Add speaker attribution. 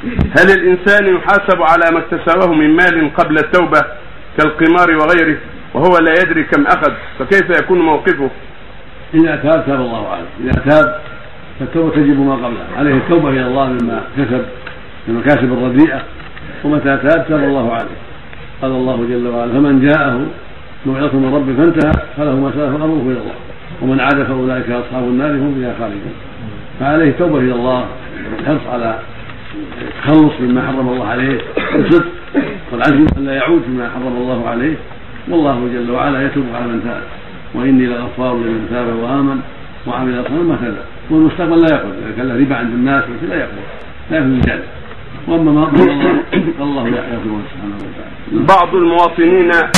Speaker 1: هل الإنسان يحاسب على ما اكتسبه من مال قبل التوبة كالقمار وغيره وهو لا يدري كم أخذ، فكيف يكون موقفه؟
Speaker 2: إذا تاب تاب الله عليه، إذا تاب فالتوبة تجب ما قبلها، عليه التوبة إلى الله مما كسب من المكاسب الرديئة، ومتى تاب تاب الله عليه. قال الله جل وعلا: فمن جاءه موعظة من ربه فانتهى فله ما سلف أمره إلى الله ومن عاد فأولئك أصحاب النار هم فيها خالدون. فعليه التوبة إلى الله والحرص على التخلص مما حرم الله عليه بالصدق والعزم أن لا يعود فيما حرم الله عليه، والله جل وعلا يتوب على من تاب، وإني لغفار لمن تاب وآمن وعمل صالحا ما تاب. والمستقبل لا يقول إذا كان ربا عند الناس لا يقول لا يكون ذلك، واما ما قال الله يغفر سبحانه وتعالى.
Speaker 1: بعض المواطنين